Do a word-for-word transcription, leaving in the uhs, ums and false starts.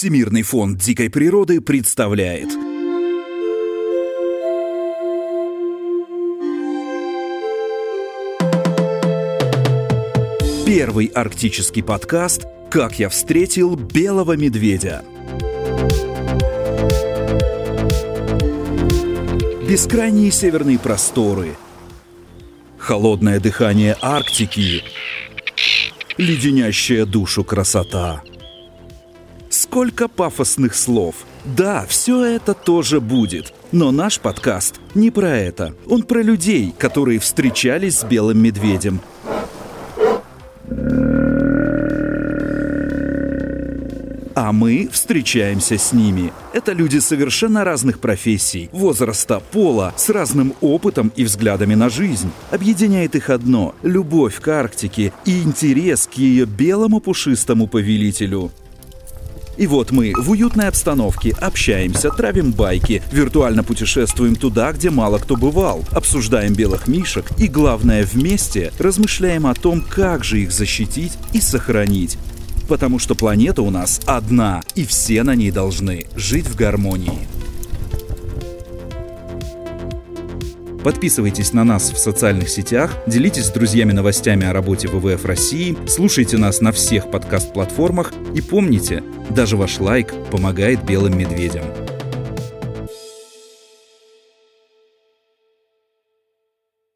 Всемирный фонд дикой природы представляет. Первый арктический подкаст «Как я встретил белого медведя». Бескрайние северные просторы, холодное дыхание Арктики, леденящая душу красота. Сколько пафосных слов. Да, все это тоже будет. Но наш подкаст не про это. Он про людей, которые встречались с белым медведем. А мы встречаемся с ними. Это люди совершенно разных профессий, возраста, пола, с разным опытом и взглядами на жизнь. Объединяет их одно – любовь к Арктике и интерес к ее белому пушистому повелителю. И вот мы в уютной обстановке общаемся, травим байки, виртуально путешествуем туда, где мало кто бывал, обсуждаем белых мишек и, главное, вместе размышляем о том, как же их защитить и сохранить. Потому что планета у нас одна, и все на ней должны жить в гармонии. Подписывайтесь на нас в социальных сетях, делитесь с друзьями новостями о работе вэ вэ эф России, слушайте нас на всех подкаст-платформах и помните, даже ваш лайк помогает белым медведям.